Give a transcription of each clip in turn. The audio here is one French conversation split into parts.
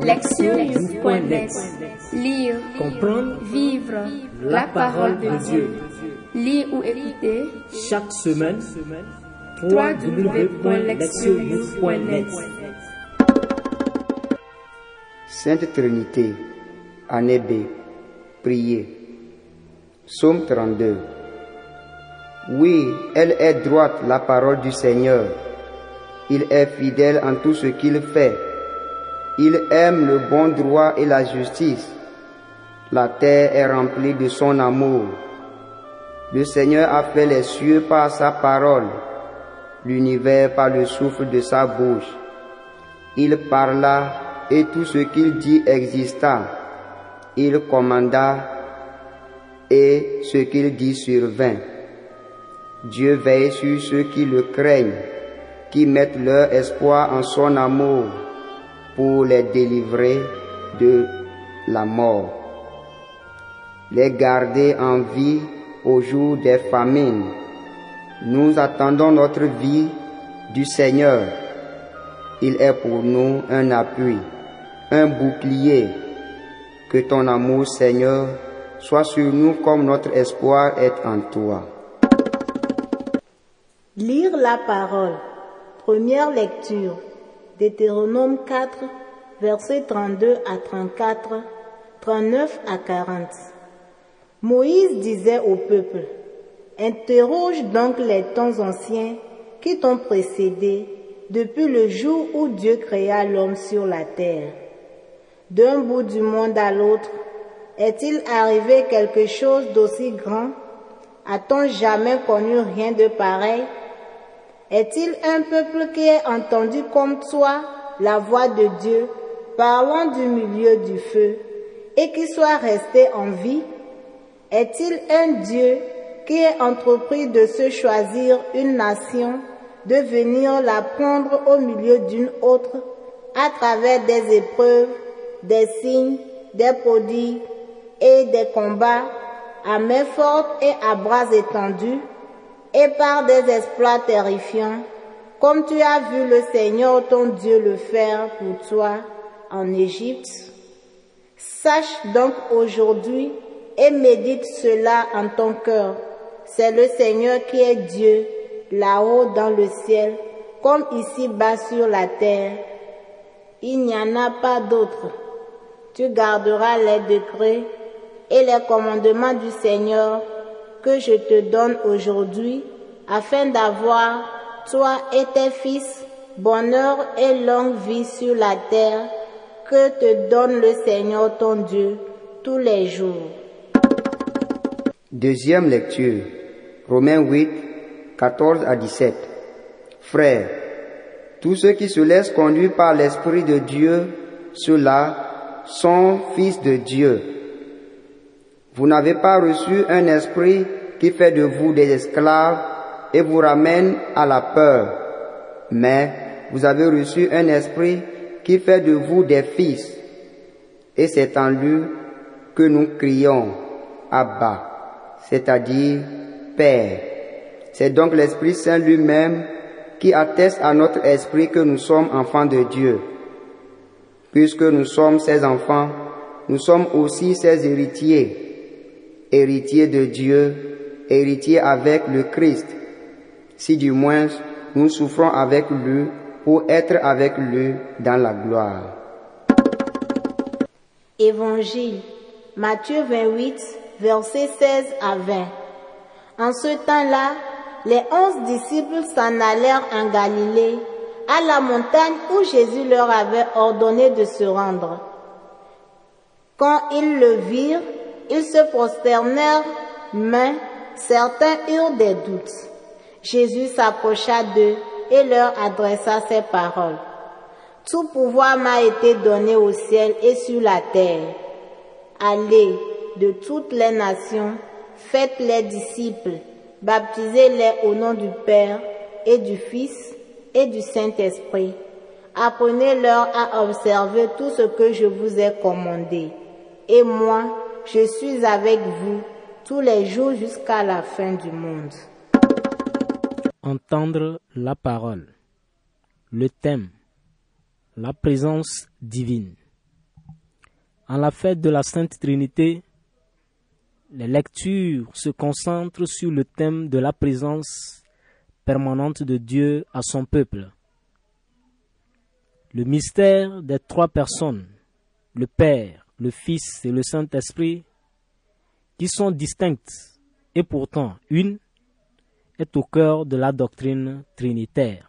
Lectionnews.net. Lire, comprendre, vivre la parole de Dieu. Lire ou écouter Chaque semaine, www.lectionnews.net. Sainte Trinité, année B, priez. Psaume 32. Oui, elle est droite, la parole du Seigneur. Il est fidèle en tout ce qu'il fait. Il aime le bon droit et la justice. La terre est remplie de son amour. Le Seigneur a fait les cieux par sa parole, l'univers par le souffle de sa bouche. Il parla et tout ce qu'il dit exista. Il commanda et ce qu'il dit survint. Dieu veille sur ceux qui le craignent, qui mettent leur espoir en son amour pour les délivrer de la mort, les garder en vie au jour des famines. Nous attendons notre vie du Seigneur. Il est pour nous un appui, un bouclier. Que ton amour, Seigneur, soit sur nous comme notre espoir est en toi. Lire la parole. Première lecture. Deutéronome 4, versets 32 à 34, 39 à 40. Moïse disait au peuple, « Interroge donc les temps anciens qui t'ont précédé depuis le jour où Dieu créa l'homme sur la terre. D'un bout du monde à l'autre, est-il arrivé quelque chose d'aussi grand? A-t-on jamais connu rien de pareil? Est-il un peuple qui ait entendu comme toi la voix de Dieu parlant du milieu du feu et qui soit resté en vie? Est-il un Dieu qui ait entrepris de se choisir une nation, de venir la prendre au milieu d'une autre à travers des épreuves, des signes, des prodiges et des combats à main forte et à bras étendus et par des exploits terrifiants, comme tu as vu le Seigneur ton Dieu le faire pour toi en Égypte? Sache donc aujourd'hui et médite cela en ton cœur. C'est le Seigneur qui est Dieu, là-haut dans le ciel, comme ici-bas sur la terre. Il n'y en a pas d'autre. Tu garderas les décrets et les commandements du Seigneur que je te donne aujourd'hui, afin d'avoir, toi et tes fils, bonheur et longue vie sur la terre que te donne le Seigneur ton Dieu tous les jours. Deuxième lecture, Romains 8, 14 à 17. Frères, tous ceux qui se laissent conduire par l'Esprit de Dieu, ceux-là sont fils de Dieu. Vous n'avez pas reçu un esprit qui fait de vous des esclaves et vous ramène à la peur, mais vous avez reçu un esprit qui fait de vous des fils. Et c'est en lui que nous crions Abba, c'est-à-dire Père. C'est donc l'Esprit Saint lui-même qui atteste à notre esprit que nous sommes enfants de Dieu. Puisque nous sommes ses enfants, nous sommes aussi ses héritiers. Héritiers de Dieu, héritiers avec le Christ, si du moins nous souffrons avec lui pour être avec lui dans la gloire. Évangile, Matthieu 28, versets 16 à 20. En ce temps-là, les 11 disciples s'en allèrent en Galilée, à la montagne où Jésus leur avait ordonné de se rendre. Quand ils le virent, ils se prosternèrent, mais certains eurent des doutes. Jésus s'approcha d'eux et leur adressa ces paroles. Tout pouvoir m'a été donné au ciel et sur la terre. Allez de toutes les nations, faites les disciples, baptisez-les au nom du Père et du Fils et du Saint-Esprit. Apprenez-leur à observer tout ce que je vous ai commandé. Et moi, je suis avec vous tous les jours jusqu'à la fin du monde. Entendre la parole. Le thème, la présence divine. En la fête de la Sainte Trinité, les lectures se concentrent sur le thème de la présence permanente de Dieu à son peuple. Le mystère des trois personnes, le Père, le Fils et le Saint-Esprit, qui sont distinctes et pourtant une, est au cœur de la doctrine trinitaire.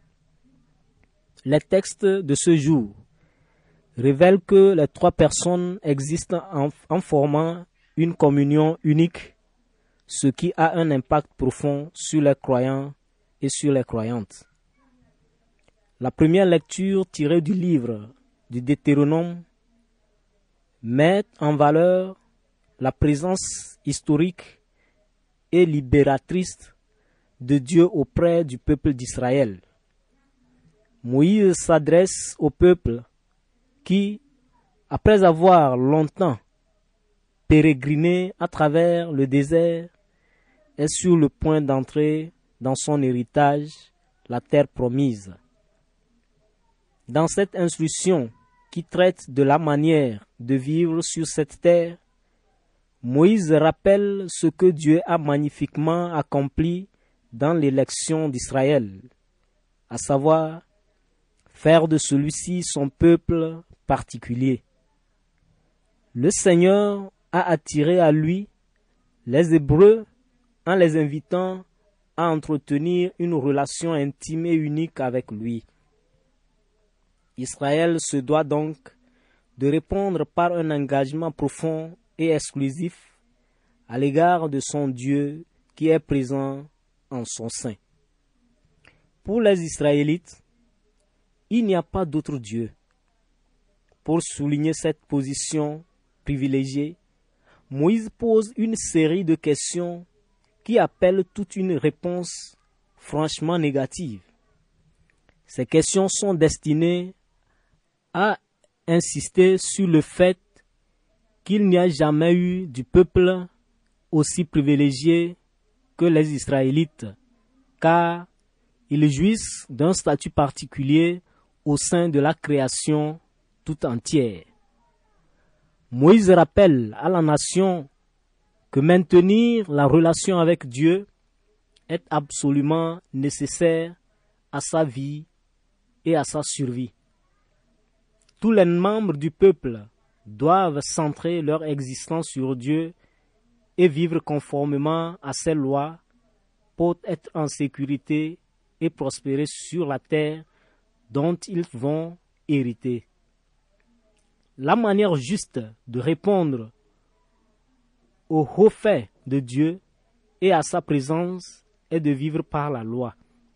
Les textes de ce jour révèlent que les trois personnes existent en formant une communion unique, ce qui a un impact profond sur les croyants et sur les croyantes. La première lecture tirée du livre du Deutéronome met en valeur la présence historique et libératrice de Dieu auprès du peuple d'Israël. Moïse s'adresse au peuple qui, après avoir longtemps pérégriné à travers le désert, est sur le point d'entrer dans son héritage, la terre promise. Dans cette instruction qui traite de la manière de vivre sur cette terre, Moïse rappelle ce que Dieu a magnifiquement accompli dans l'élection d'Israël, à savoir faire de celui-ci son peuple particulier. Le Seigneur a attiré à lui les Hébreux en les invitant à entretenir une relation intime et unique avec lui. Israël se doit donc de répondre par un engagement profond et exclusif à l'égard de son Dieu qui est présent en son sein. Pour les Israélites, il n'y a pas d'autre Dieu. Pour souligner cette position privilégiée, Moïse pose une série de questions qui appellent toute une réponse franchement négative. Ces questions sont destinées à insister sur le fait qu'il n'y a jamais eu du peuple aussi privilégié que les Israélites, car ils jouissent d'un statut particulier au sein de la création tout entière. Moïse rappelle à la nation que maintenir la relation avec Dieu est absolument nécessaire à sa vie et à sa survie. Tous les membres du peuple doivent centrer leur existence sur Dieu et vivre conformément à ses lois pour être en sécurité et prospérer sur la terre dont ils vont hériter. La manière juste de répondre au haut fait de Dieu et à sa présence est de vivre par la loi.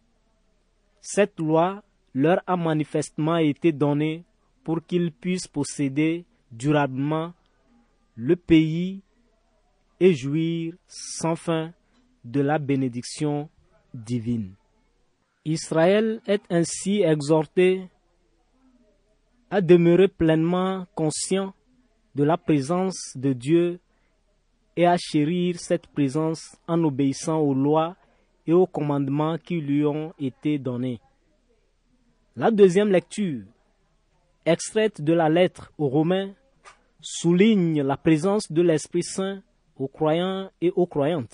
Cette loi leur a manifestement été donnée pour qu'ils puissent posséder durablement le pays et jouir sans fin de la bénédiction divine. Israël est ainsi exhorté à demeurer pleinement conscient de la présence de Dieu et à chérir cette présence en obéissant aux lois et aux commandements qui lui ont été donnés. La deuxième lecture, extraite de la lettre aux Romains, souligne la présence de l'Esprit Saint aux croyants et aux croyantes.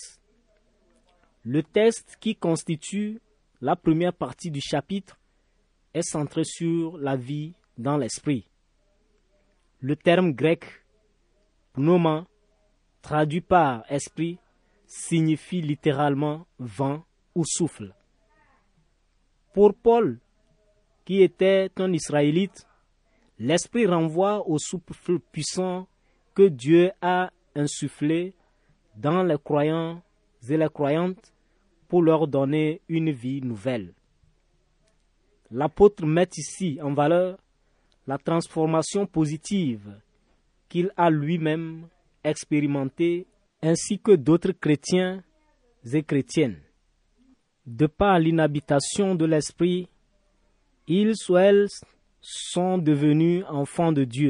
Le texte qui constitue la première partie du chapitre est centré sur la vie dans l'esprit. Le terme grec pneuma, traduit par esprit, signifie littéralement vent ou souffle. Pour Paul, qui était un Israélite, l'esprit renvoie au souffle puissant que Dieu a insufflé dans les croyants et les croyantes pour leur donner une vie nouvelle. L'apôtre met ici en valeur la transformation positive qu'il a lui-même expérimentée ainsi que d'autres chrétiens et chrétiennes. De par l'inhabitation de l'esprit, ils ou elles sont devenus enfants de Dieu.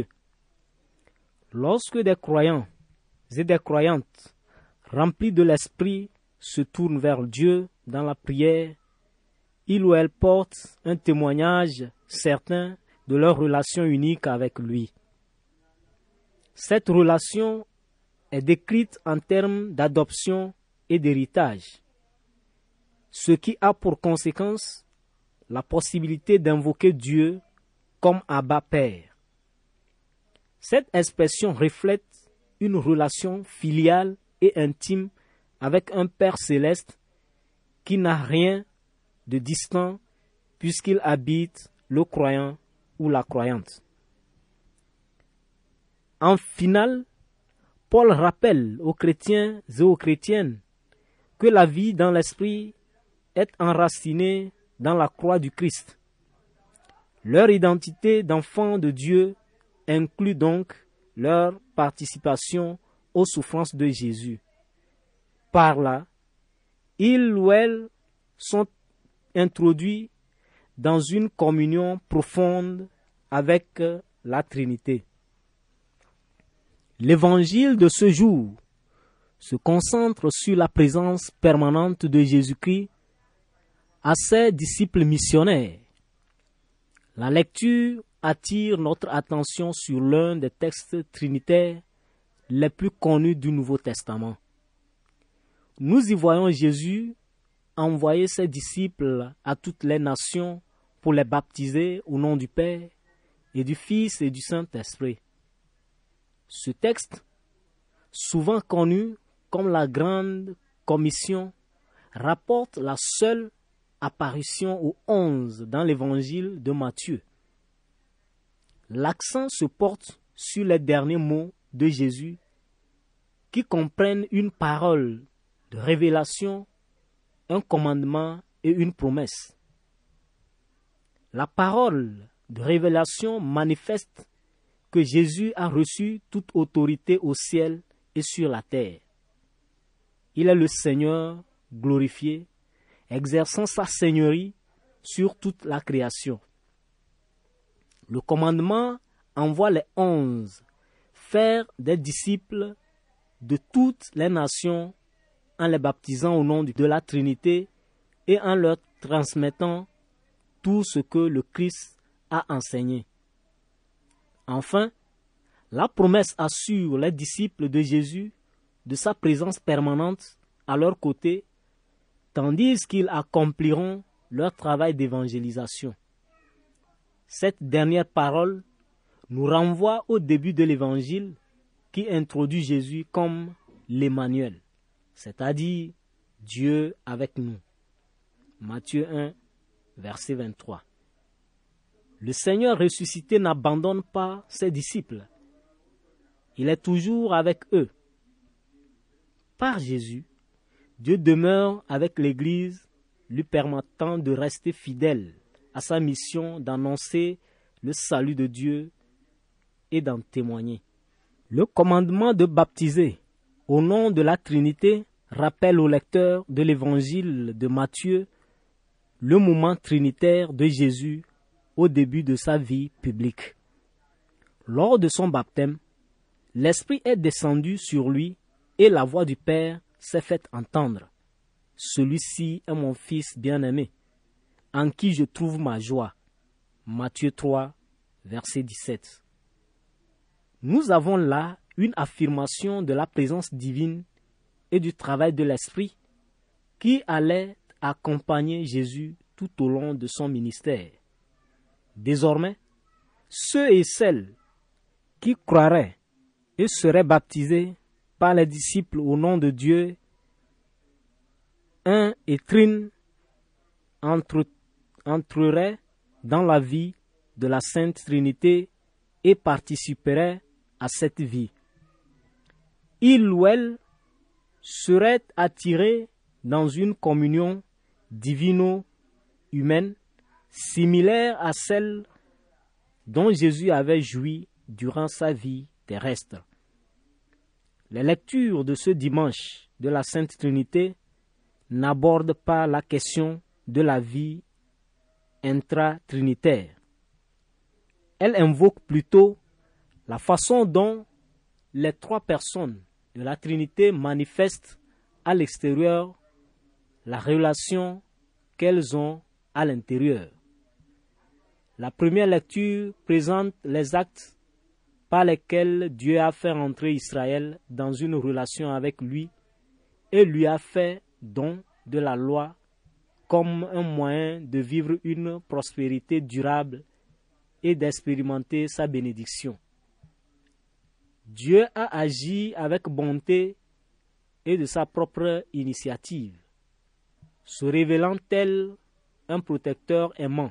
Lorsque des croyants et des croyantes remplis de l'esprit se tournent vers Dieu dans la prière, il ou elle porte un témoignage certain de leur relation unique avec lui. Cette relation est décrite en termes d'adoption et d'héritage, ce qui a pour conséquence la possibilité d'invoquer Dieu comme Abba Père. Cette expression reflète une relation filiale et intime avec un Père céleste qui n'a rien de distant puisqu'il habite le croyant ou la croyante. En finale, Paul rappelle aux chrétiens et aux chrétiennes que la vie dans l'esprit est enracinée dans la croix du Christ. Leur identité d'enfants de Dieu inclut donc leur participation aux souffrances de Jésus. Par là, ils ou elles sont introduits dans une communion profonde avec la Trinité. L'évangile de ce jour se concentre sur la présence permanente de Jésus-Christ à ses disciples missionnaires. La lecture attire notre attention sur l'un des textes trinitaires les plus connus du Nouveau Testament. Nous y voyons Jésus envoyer ses disciples à toutes les nations pour les baptiser au nom du Père et du Fils et du Saint-Esprit. Ce texte, souvent connu comme la Grande Commission, rapporte la seule apparition aux 11 dans l'évangile de Matthieu. L'accent se porte sur les derniers mots de Jésus qui comprennent une parole de révélation, un commandement et une promesse. La parole de révélation manifeste que Jésus a reçu toute autorité au ciel et sur la terre. Il est le Seigneur glorifié, exerçant sa seigneurie sur toute la création. Le commandement envoie les 11 faire des disciples de toutes les nations en les baptisant au nom de la Trinité et en leur transmettant tout ce que le Christ a enseigné. Enfin, la promesse assure les disciples de Jésus de sa présence permanente à leur côté, tandis qu'ils accompliront leur travail d'évangélisation. Cette dernière parole nous renvoie au début de l'Évangile qui introduit Jésus comme l'Emmanuel, c'est-à-dire Dieu avec nous. Matthieu 1, verset 23. Le Seigneur ressuscité n'abandonne pas ses disciples. Il est toujours avec eux. Par Jésus, Dieu demeure avec l'Église, lui permettant de rester fidèle à sa mission d'annoncer le salut de Dieu et d'en témoigner. Le commandement de baptiser au nom de la Trinité rappelle au lecteur de l'Évangile de Matthieu le moment trinitaire de Jésus au début de sa vie publique. Lors de son baptême, l'Esprit est descendu sur lui et la voix du Père s'est faite entendre. Celui-ci est mon Fils bien-aimé, en qui je trouve ma joie. Matthieu 3, verset 17. Nous avons là une affirmation de la présence divine et du travail de l'Esprit qui allait accompagner Jésus tout au long de son ministère. Désormais, ceux et celles qui croiraient et seraient baptisés par les disciples au nom de Dieu, un et trine, entreraient dans la vie de la Sainte Trinité et participeraient à cette vie. Ils ou elles seraient attirés dans une communion divino-humaine similaire à celle dont Jésus avait joui durant sa vie terrestre. Les lectures de ce dimanche de la Sainte Trinité n'abordent pas la question de la vie intra-trinitaire. Elles invoquent plutôt la façon dont les trois personnes de la Trinité manifestent à l'extérieur la relation qu'elles ont à l'intérieur. La première lecture présente les actes par lesquels Dieu a fait entrer Israël dans une relation avec lui et lui a fait don de la loi comme un moyen de vivre une prospérité durable et d'expérimenter sa bénédiction. Dieu a agi avec bonté et de sa propre initiative, se révélant tel un protecteur aimant.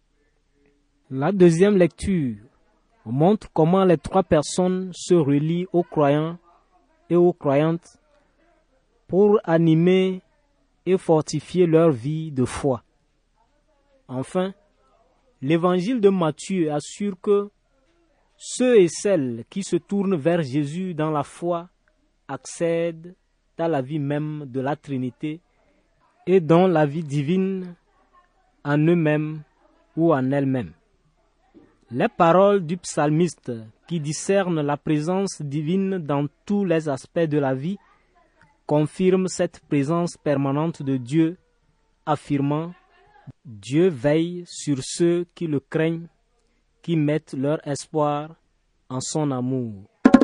La deuxième lecture montre comment les trois personnes se relient aux croyants et aux croyantes pour animer et fortifier leur vie de foi. Enfin, l'évangile de Matthieu assure que ceux et celles qui se tournent vers Jésus dans la foi accèdent à la vie même de la Trinité et dans la vie divine en eux-mêmes ou en elles-mêmes. Les paroles du psalmiste qui discernent la présence divine dans tous les aspects de la vie confirment cette présence permanente de Dieu, affirmant « Dieu veille sur ceux qui le craignent, qui mettent leur espoir en son amour. »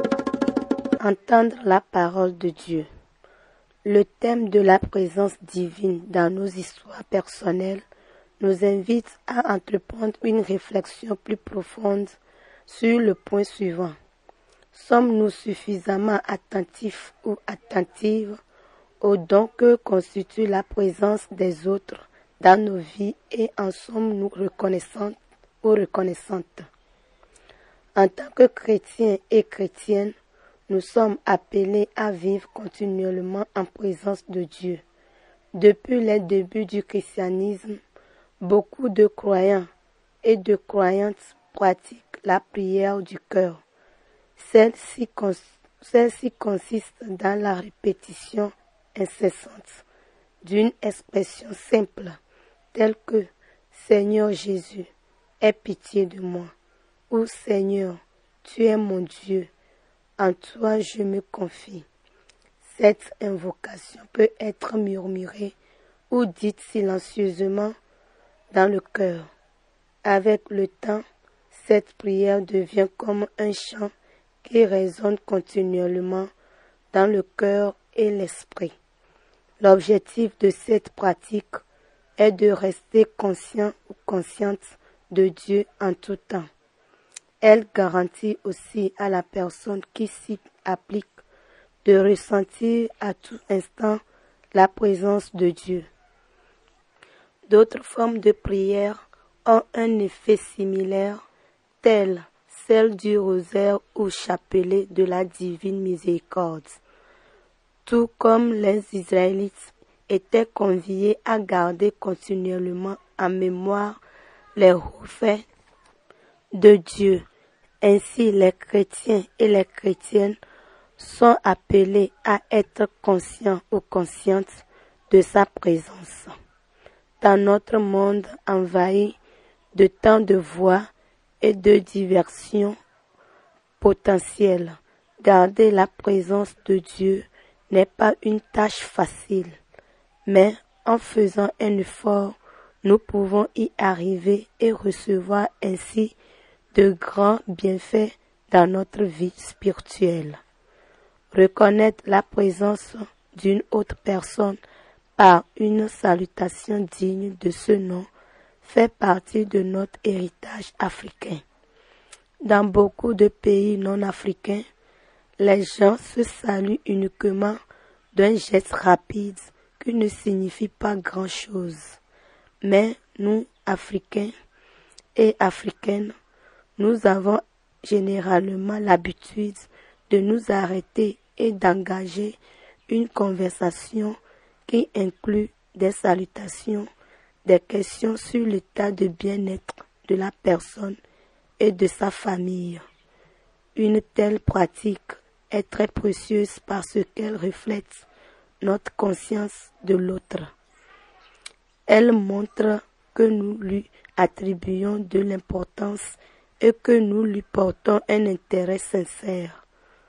Entendre la parole de Dieu. Le thème de la présence divine dans nos histoires personnelles nous invite à entreprendre une réflexion plus profonde sur le point suivant. Sommes-nous suffisamment attentifs ou attentives aux dons que constitue la présence des autres dans nos vies et en sommes-nous reconnaissants ou reconnaissantes? En tant que chrétiens et chrétiennes, nous sommes appelés à vivre continuellement en présence de Dieu. Depuis les débuts du christianisme, beaucoup de croyants et de croyantes pratiquent la prière du cœur. Celle-ci consiste dans la répétition incessante d'une expression simple telle que « Seigneur Jésus, aie pitié de moi » ou « Seigneur, tu es mon Dieu, en toi je me confie ». Cette invocation peut être murmurée ou dite silencieusement dans le cœur. Avec le temps, cette prière devient comme un chant qui résonne continuellement dans le cœur et l'esprit. L'objectif de cette pratique est de rester conscient ou consciente de Dieu en tout temps. Elle garantit aussi à la personne qui s'y applique de ressentir à tout instant la présence de Dieu. D'autres formes de prière ont un effet similaire, telles celle du rosaire ou chapelet de la divine miséricorde. Tout comme les Israélites étaient conviés à garder continuellement en mémoire les hauts faits de Dieu, ainsi les chrétiens et les chrétiennes sont appelés à être conscients ou conscientes de sa présence. Dans notre monde envahi de tant de voix et de diversions potentielles, garder la présence de Dieu n'est pas une tâche facile, mais en faisant un effort, nous pouvons y arriver et recevoir ainsi de grands bienfaits dans notre vie spirituelle. Reconnaître la présence d'une autre personne par une salutation digne de ce nom fait partie de notre héritage africain. Dans beaucoup de pays non africains, les gens se saluent uniquement d'un geste rapide qui ne signifie pas grand-chose. Mais nous, Africains et Africaines, nous avons généralement l'habitude de nous arrêter et d'engager une conversation qui inclut des salutations, des questions sur l'état de bien-être de la personne et de sa famille. Une telle pratique est très précieuse parce qu'elle reflète notre conscience de l'autre. Elle montre que nous lui attribuons de l'importance et que nous lui portons un intérêt sincère.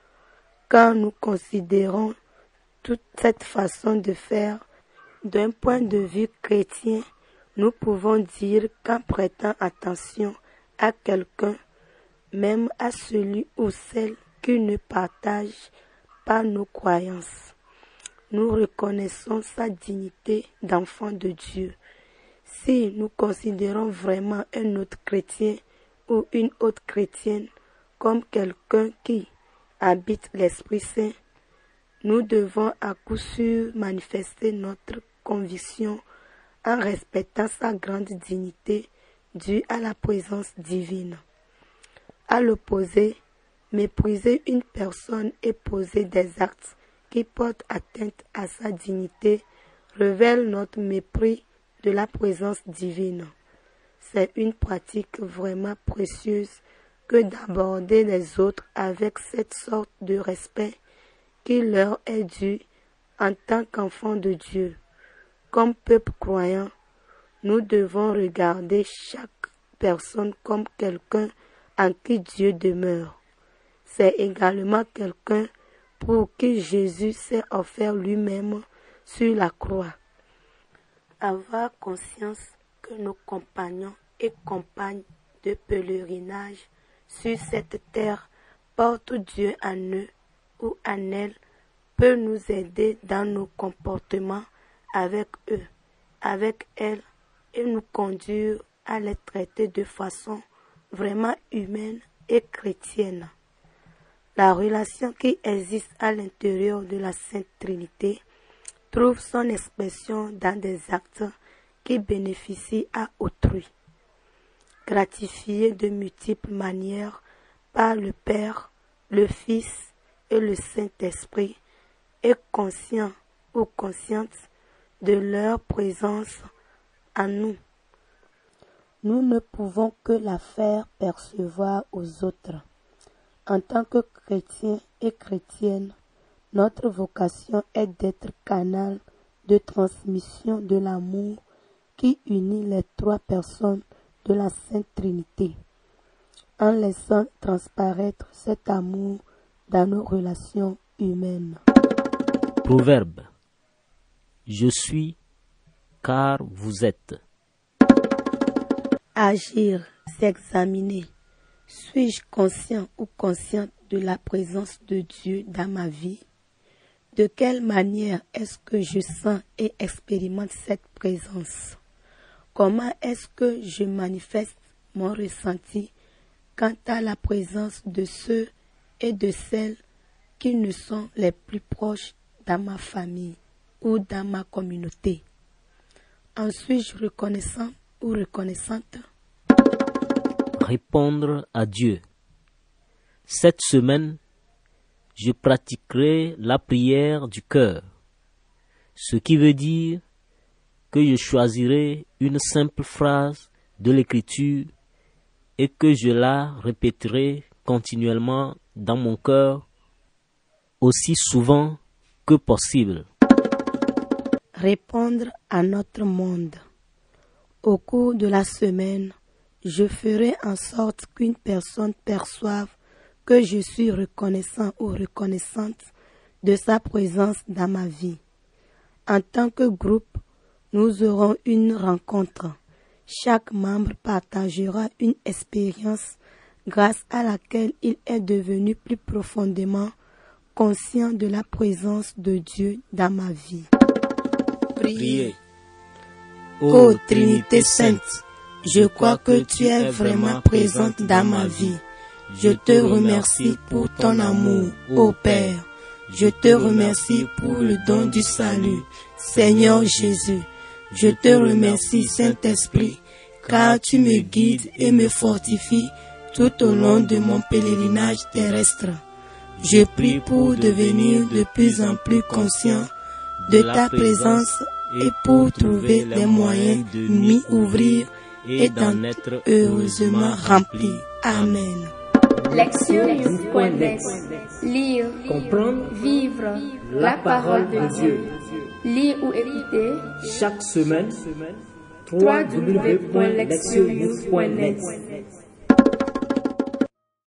Quand nous considérons toute cette façon de faire d'un point de vue chrétien, nous pouvons dire qu'en prêtant attention à quelqu'un, même à celui ou celle qui ne partage pas nos croyances. Nous reconnaissons sa dignité d'enfant de Dieu. Si nous considérons vraiment un autre chrétien ou une autre chrétienne comme quelqu'un qui habite l'Esprit Saint, nous devons à coup sûr manifester notre conviction en respectant sa grande dignité due à la présence divine. À l'opposé, mépriser une personne et poser des actes qui portent atteinte à sa dignité révèle notre mépris de la présence divine. C'est une pratique vraiment précieuse que d'aborder les autres avec cette sorte de respect qui leur est dû en tant qu'enfants de Dieu. Comme peuple croyant, nous devons regarder chaque personne comme quelqu'un en qui Dieu demeure. C'est également quelqu'un pour qui Jésus s'est offert lui-même sur la croix. Avoir conscience que nos compagnons et compagnes de pèlerinage sur cette terre portent Dieu en eux ou en elles peut nous aider dans nos comportements avec eux, avec elles, et nous conduire à les traiter de façon vraiment humaine et chrétienne. La relation qui existe à l'intérieur de la Sainte Trinité trouve son expression dans des actes qui bénéficient à autrui. Gratifié de multiples manières par le Père, le Fils et le Saint-Esprit, et conscient ou consciente de leur présence en nous. Nous ne pouvons que la faire percevoir aux autres. En tant que chrétiens et chrétiennes, notre vocation est d'être canal de transmission de l'amour qui unit les trois personnes de la Sainte Trinité, en laissant transparaître cet amour dans nos relations humaines. Proverbe. Je suis car vous êtes. Agir, s'examiner. Suis-je conscient ou consciente de la présence de Dieu dans ma vie? De quelle manière est-ce que je sens et expérimente cette présence? Comment est-ce que je manifeste mon ressenti quant à la présence de ceux et de celles qui ne sont les plus proches dans ma famille ou dans ma communauté? En suis-je reconnaissant ou reconnaissante? Répondre à Dieu. Cette semaine, je pratiquerai la prière du cœur, ce qui veut dire que je choisirai une simple phrase de l'Écriture et que je la répéterai continuellement dans mon cœur aussi souvent que possible. Répondre à notre monde. Au cours de la semaine, je ferai en sorte qu'une personne perçoive que je suis reconnaissant ou reconnaissante de sa présence dans ma vie. En tant que groupe, nous aurons une rencontre. Chaque membre partagera une expérience grâce à laquelle il est devenu plus profondément conscient de la présence de Dieu dans ma vie. Priez. Ô Trinité Sainte, je crois que tu es vraiment présente dans ma vie. Je te remercie pour ton amour, ô Père. Je te remercie pour le don du salut, Seigneur Jésus. Je te remercie, Saint-Esprit, car tu me guides et me fortifies tout au long de mon pèlerinage terrestre. Je prie pour devenir de plus en plus conscient de ta présence et pour trouver les moyens de m'y ouvrir et d'en être heureusement rempli. Amen. Lectionnews.net. Lire, Comprendre, vivre la parole de Dieu. Lire ou écouter chaque semaine, www.lectionnews.net.